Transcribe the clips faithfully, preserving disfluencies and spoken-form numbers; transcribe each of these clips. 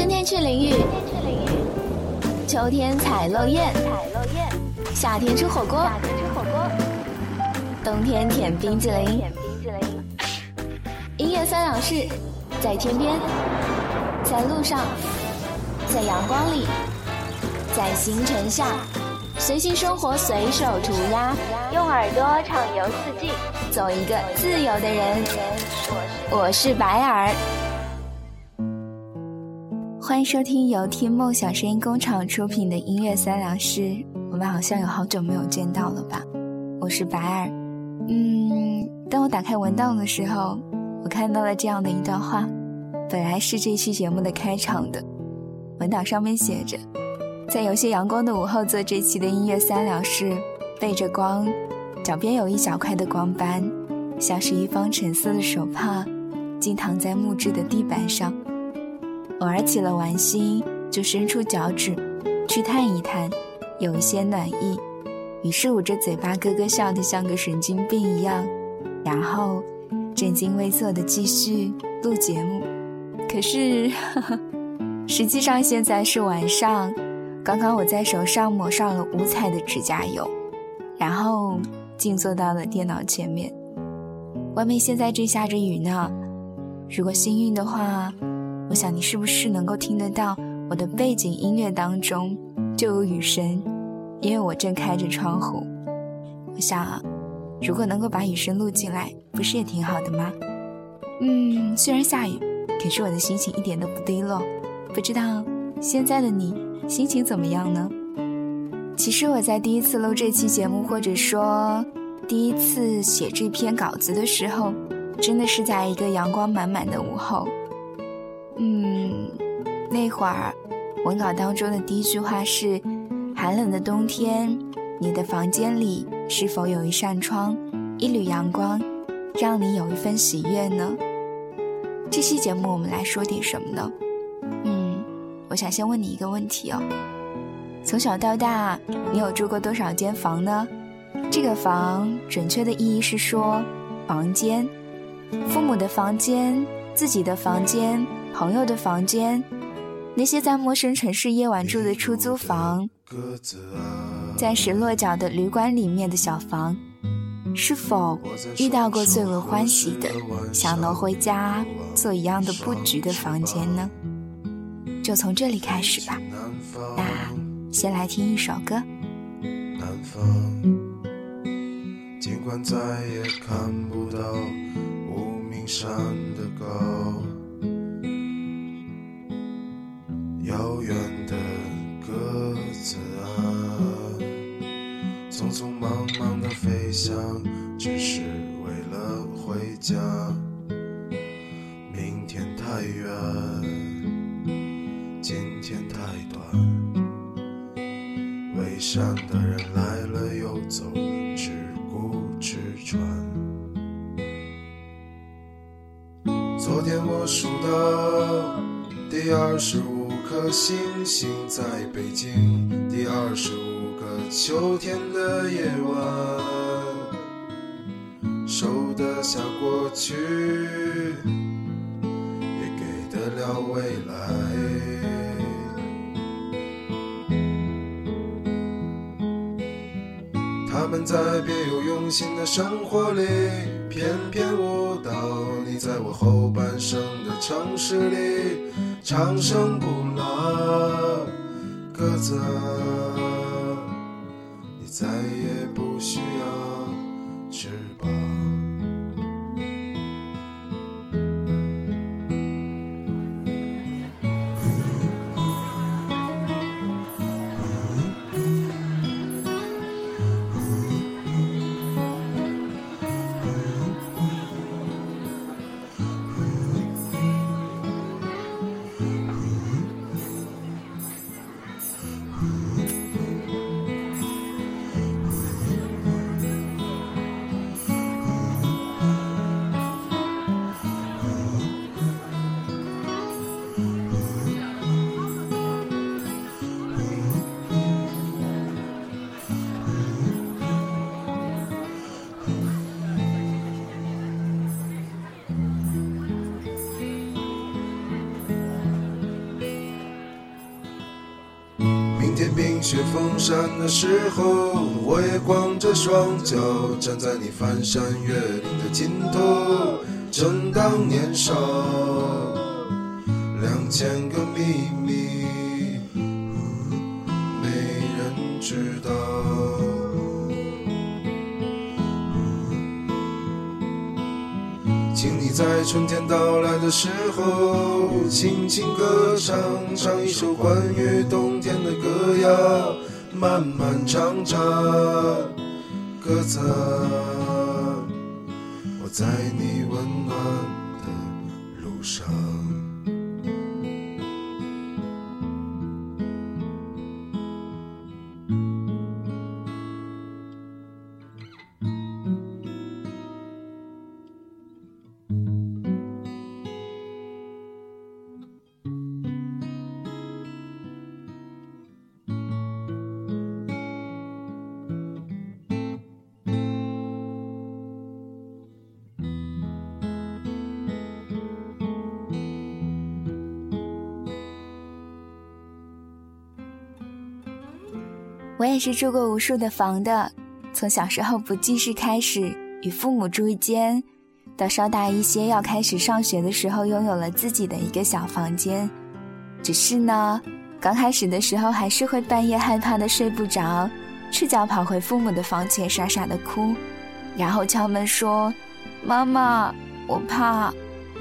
春天去淋浴，秋天采落叶，夏天吃火锅，冬天舔冰淇淋。音乐三两事，在天边，在路上，在阳光里，在星辰下，随性生活，随手涂鸦， 用耳朵畅游四季， 做一个自由的人。我是白尔，欢迎收听由听梦想声音工厂出品的音乐三两事。我们好像有好久没有见到了吧？我是白尔。嗯，当我打开文档的时候，我看到了这样的一段话，本来是这期节目的开场的。文档上面写着，在有些阳光的午后做这期的音乐三两事，背着光，脚边有一小块的光斑，像是一方橙色的手帕，静躺在木质的地板上。偶尔起了玩心，就伸出脚趾去探一探，有一些暖意，于是捂着嘴巴咯咯笑得像个神经病一样，然后正襟危坐地继续录节目。可是呵呵实际上现在是晚上，刚刚我在手上抹上了五彩的指甲油，然后静坐到了电脑前面。外面现在正下着雨呢，如果幸运的话，我想你是不是能够听得到我的背景音乐当中就有雨声，因为我正开着窗户。我想啊，如果能够把雨声录进来，不是也挺好的吗？嗯，虽然下雨，可是我的心情一点都不低落。不知道现在的你心情怎么样呢？其实我在第一次录这期节目，或者说第一次写这篇稿子的时候，真的是在一个阳光满满的午后。嗯，那会儿文稿当中的第一句话是，寒冷的冬天，你的房间里是否有一扇窗，一缕阳光，让你有一份喜悦呢？这期节目我们来说点什么呢？嗯，我想先问你一个问题哦，从小到大你有住过多少间房呢？这个房准确的意义是说房间，父母的房间，自己的房间，朋友的房间，那些在陌生城市夜晚住的出租房，暂时落脚的旅馆里面的小房，是否遇到过最为欢喜的想能回家做一样的布局的房间呢？就从这里开始吧。那先来听一首歌。 南方，尽管再也看不到无名山的高，遥远的鸽子啊，匆匆忙忙的飞翔，只是为了回家。明天太远，今天太短，围山的人来了又走，只顾吃穿。昨天我数到第二十五颗星星在北京，第二十五个秋天的夜晚，收得下过去，也给得了未来。他们在别有用心的生活里翩翩舞蹈，你在我后半生的城市里长生不老。鸽子啊，你再也不需要翅膀。 天冰雪封山的时候，我也光着双脚站在你翻山越岭的尽头。正当年少，两千个秘密，没人知道。请你在春天到来的时候，轻轻歌唱，唱一首关于冬天的歌谣，漫漫长长歌词，我在你温暖的路上。 我也是住过无数的房的，从小时候不记事开始，与父母住一间，到稍大一些要开始上学的时候，拥有了自己的一个小房间。只是呢，刚开始的时候还是会半夜害怕的睡不着，赤脚跑回父母的房前傻傻的哭，然后敲门说：妈妈，我怕。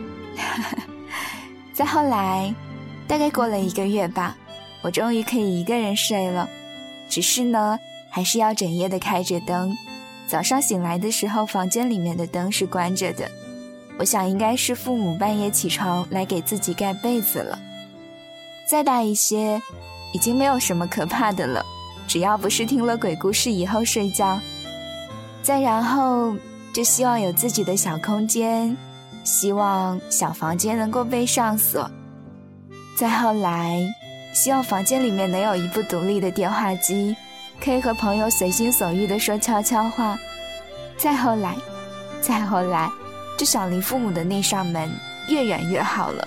再后来，大概过了一个月吧，我终于可以一个人睡了。只是呢，还是要整夜的开着灯，早上醒来的时候，房间里面的灯是关着的。我想应该是父母半夜起床来给自己盖被子了。再大一些，已经没有什么可怕的了，只要不是听了鬼故事以后睡觉。再然后，就希望有自己的小空间，希望小房间能够被上锁。再后来，希望房间里面能有一部独立的电话机，可以和朋友随心所欲地说悄悄话。再后来，再后来，就想离父母的那扇门越远越好了。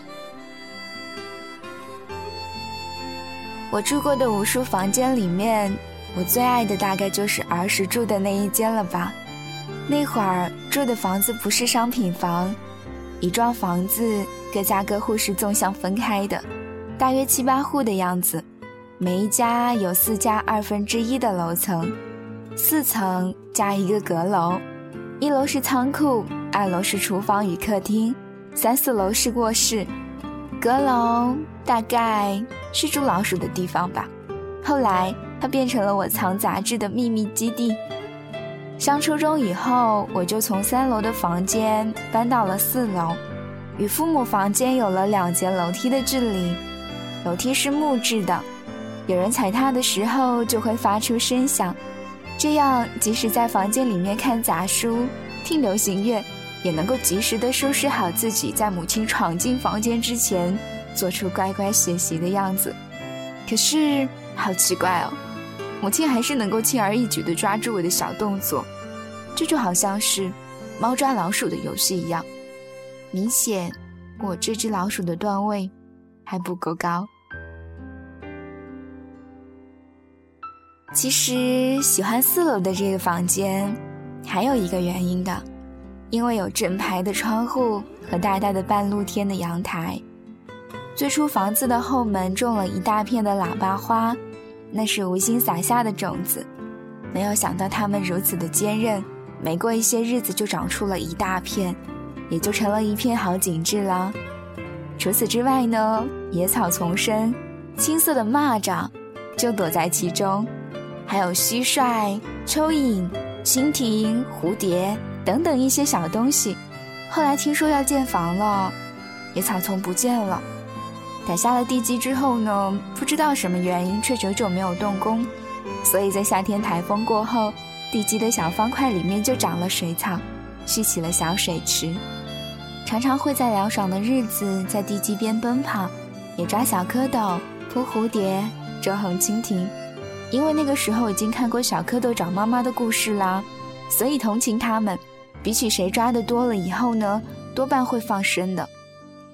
我住过的无数房间里面，我最爱的大概就是儿时住的那一间了吧。那会儿住的房子不是商品房，一幢房子各家各户是纵向分开的，大约七八户的样子，每一家有四加二分之一的楼层，四层加一个阁楼，一楼是仓库，二楼是厨房与客厅，三四楼是卧室，阁楼大概是住老鼠的地方吧。后来它变成了我藏杂志的秘密基地。上初中以后，我就从三楼的房间搬到了四楼，与父母房间有了两节楼梯的距离。楼梯是木质的，有人踩踏的时候就会发出声响，这样即使在房间里面看杂书、听流行乐，也能够及时地收拾好自己在母亲闯进房间之前做出乖乖学习的样子。可是好奇怪哦，母亲还是能够轻而易举地抓住我的小动作，这就好像是猫抓老鼠的游戏一样。明显我这只老鼠的段位还不够高。其实喜欢四楼的这个房间还有一个原因的，因为有整排的窗户和大大的半露天的阳台。最初房子的后门种了一大片的喇叭花，那是无心撒下的种子，没有想到它们如此的坚韧，没过一些日子就长出了一大片，也就成了一片好景致了。除此之外呢，野草丛生，青色的蚂蚱就躲在其中，还有蟋蟀、蚯蚓、蜻蜓、蝴蝶等等一些小东西。后来听说要建房了，野草丛不见了，打下了地基之后呢，不知道什么原因却久久没有动工，所以在夏天台风过后，地基的小方块里面就长了水草，蓄起了小水池。常常会在凉爽的日子在地基边奔跑，也抓小蝌蚪、扑蝴蝶、捉红蜻蜓。因为那个时候已经看过小蝌蚪找妈妈的故事啦，所以同情它们，比起谁抓的多了以后呢，多半会放生的。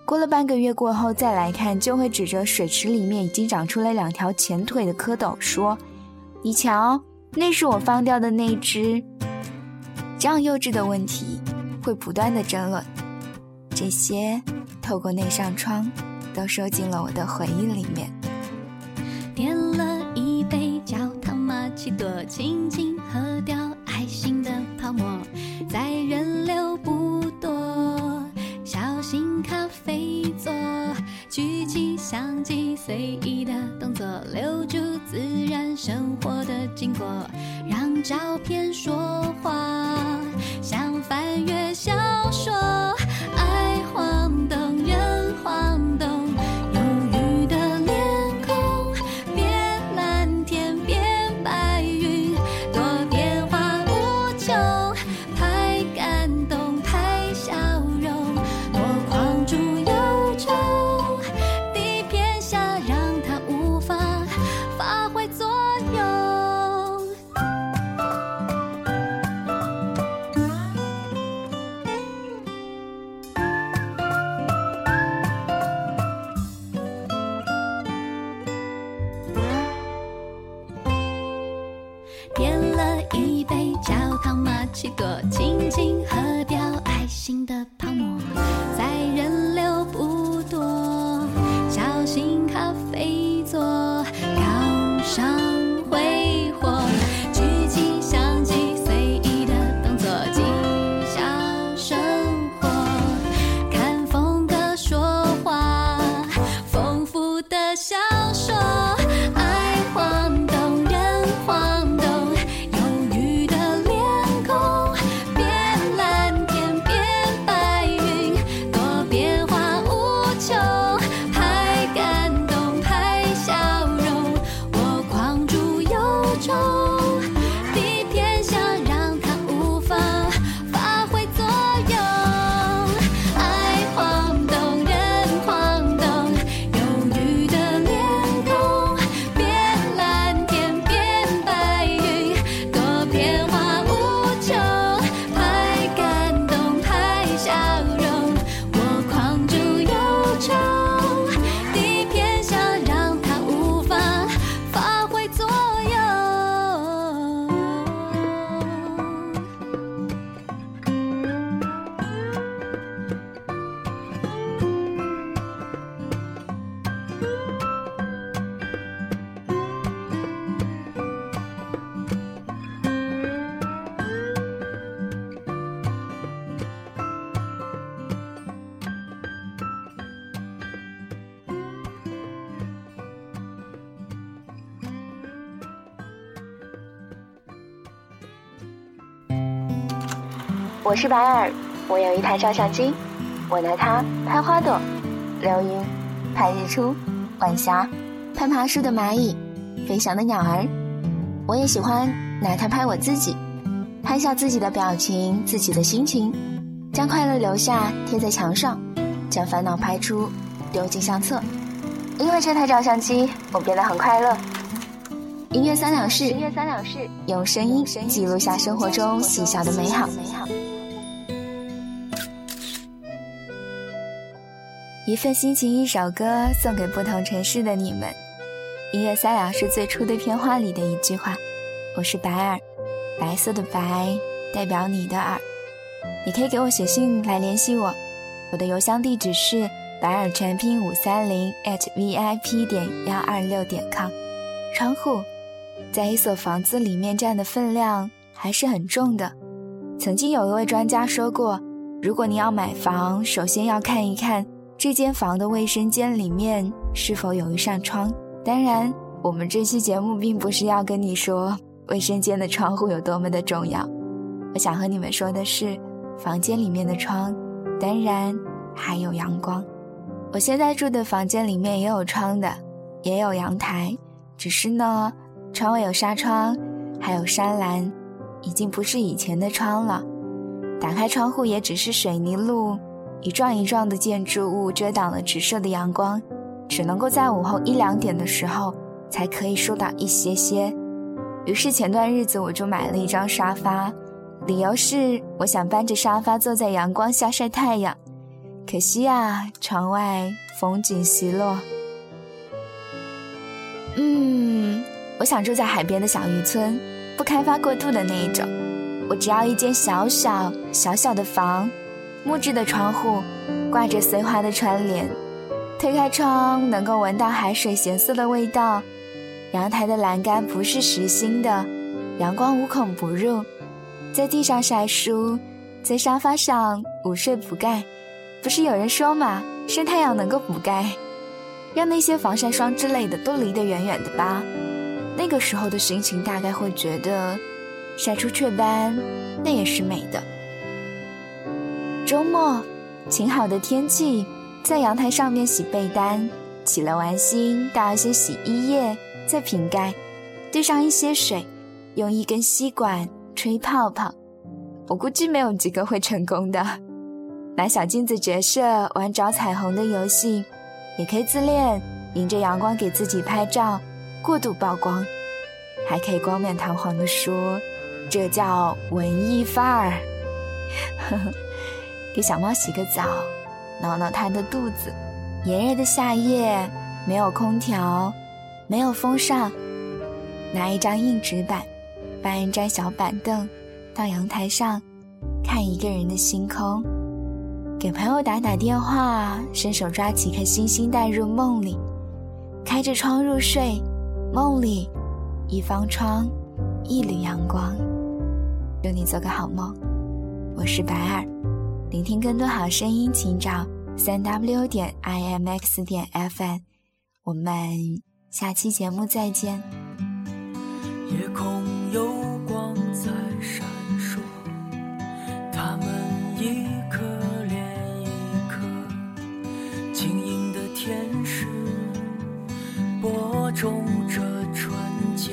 过了半个月过后再来看，就会指着水池里面已经长出了两条前腿的蝌蚪说，你瞧，那是我放掉的那只。这样幼稚的问题会不断的争论，这些透过那扇窗都收进了我的回忆里面。 点了一杯焦糖玛奇朵，轻轻喝掉爱心的泡沫，在人流不多，小心咖啡座，举起相机随意的动作，留住自然生活的经过，让照片说话，像翻阅小说，爱晃动人晃动，忧郁的脸孔，变蓝天变白云，多变化无穷，太感动太笑容，多狂祝忧愁，地片下让它无法发挥作用。点了一杯焦糖玛奇朵，轻轻喝掉爱心的泡沫，在人流不多，小心咖啡座，高尚挥霍，举起相机随意的动作，记下生活，看风格说话，丰富的小说，爱晃动人晃动，忧郁的脸孔，变蓝天变白云，多变化无穷，太感动太笑容，我狂祝忧愁，地片下让它无法发挥作用，爱晃动人晃动，忧郁的脸孔，变蓝天变白云，多变化无穷，太感动太笑容，我狂祝忧愁，地片下让它无法发挥作用。 我是白尔，我有一台照相机，我拿它拍花朵、流云、拍日出、晚霞， 拍爬树的蚂蚁，飞翔的鸟儿。我也喜欢拿它拍我自己，拍下自己的表情，自己的心情，将快乐留下，贴在墙上，将烦恼拍出，丢进相册。 因为这台照相机，我变得很快乐。 音乐三两事， 音乐三两事， 用声音记录下生活中细小的美好。一份心情，一首歌，送给不同城市的你们。音乐三两是最初的片花里的一句话。我是白尔，白色的白代表你的耳。你可以给我写信来联系我，我的邮箱地址是白尔全拼五三零 at v i p 点幺二六点 com。 窗户在一所房子里面占的分量还是很重的。曾经有一位专家说过，如果你要买房，首先要看一看这间房的卫生间里面是否有一扇窗。当然，我们这期节目并不是要跟你说卫生间的窗户有多么的重要，我想和你们说的是，房间里面的窗当然还有阳光。我现在住的房间里面也有窗的，也有阳台，只是呢，窗外有纱窗，还有栅栏，已经不是以前的窗了。打开窗户也只是水泥路，一幢一幢的建筑物遮挡了直射的阳光，只能够在午后一两点的时候才可以疏导一些些。于是前段日子我就买了一张沙发，理由是我想搬着沙发坐在阳光下晒太阳。 可惜啊，窗外风景稀落。嗯，我想住在海边的小渔村，不开发过度的那一种。我只要一间小小小小的房，木质的窗户，挂着碎花的窗帘，推开窗能够闻到海水咸涩的味道，阳台的栏杆不是实心的，阳光无孔不入，在地上晒书，在沙发上午睡补钙。不是有人说嘛，晒太阳能够补钙，让那些防晒霜之类的都离得远远的吧。那个时候的心情大概会觉得晒出雀斑那也是美的。周末晴好的天气，在阳台上面洗被单，起了完心，倒一些洗衣液，再瓶盖，兑上一些水，用一根吸管吹泡泡。我估计没有几个会成功的。拿小镜子折射，玩找彩虹的游戏，也可以自恋，迎着阳光给自己拍照，过度曝光，还可以冠冕堂皇地说，这叫文艺范儿。给小猫洗个澡，挠挠它的肚子。炎热的夏夜，没有空调，没有风扇，拿一张硬纸板，搬一张小板凳到阳台上，看一个人的星空。给朋友打打电话，伸手抓几颗星星带入梦里，开着窗入睡，梦里一方窗，一缕阳光。祝你做个好梦。我是白尔，聆听更多好声音请找 三 w 点 i m x 点 f m。 我们下期节目再见。 夜空有光在闪烁，它们一颗连一颗，晶莹的天使播种着纯洁。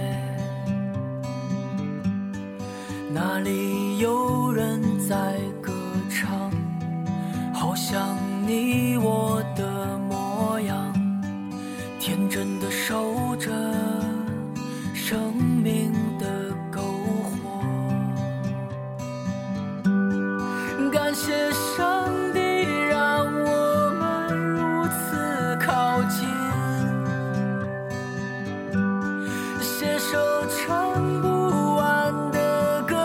那里有人在歌唱，好像你我的模样，天真的守着生命的篝火。感谢上帝让我们如此靠近，携手唱不完的歌，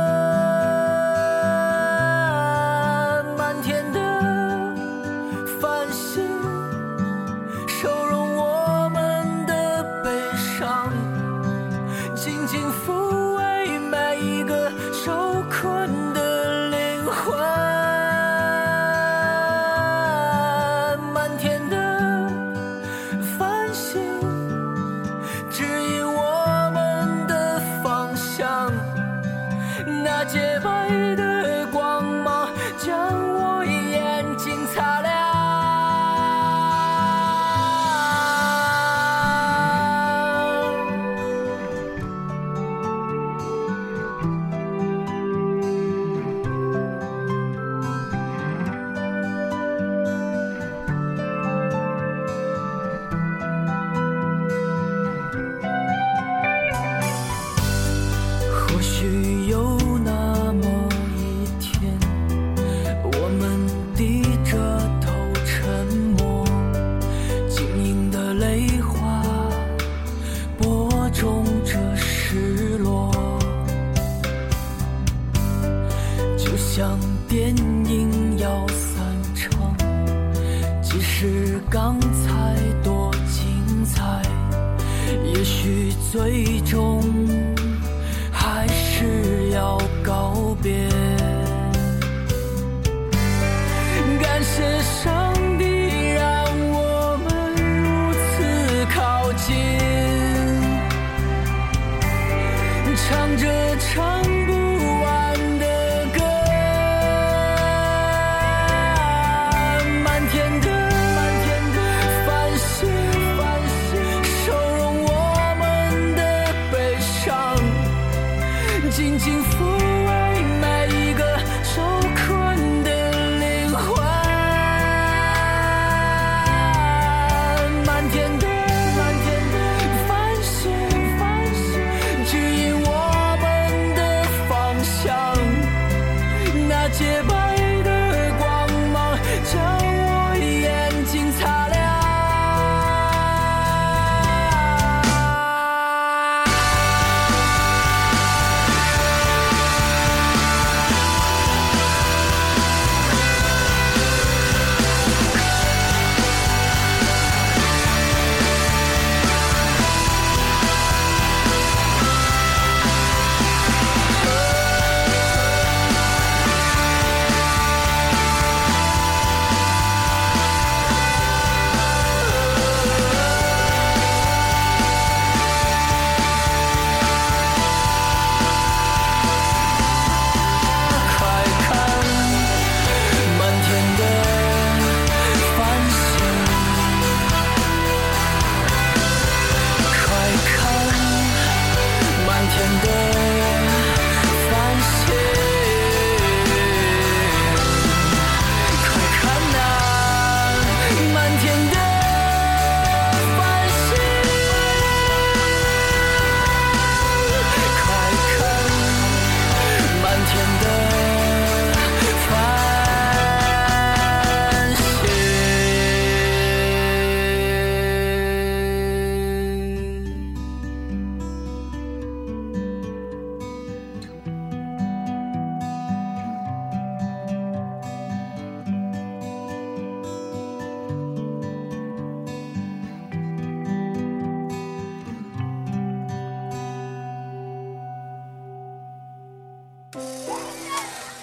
满天的繁星收容我们的悲伤，紧紧抚慰每一个受困的灵魂。满天的繁星指引我们的方向，那洁白的光芒将我眼睛擦亮。或许有那么一天，我们低着头沉默，晶莹的泪花播种着失落，就像电影要散场，即使刚才多精彩，也许最终还是要告别。感谢上帝让我们如此靠近，唱着唱不完的歌，满天的繁星收容我们的悲伤，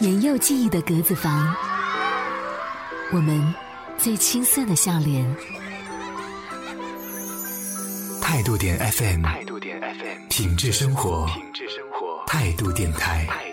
年幼记忆的格子房，我们最青涩的笑脸。 态度点 F M， 态度点 F M， 品质生活，品质生活，态度电台。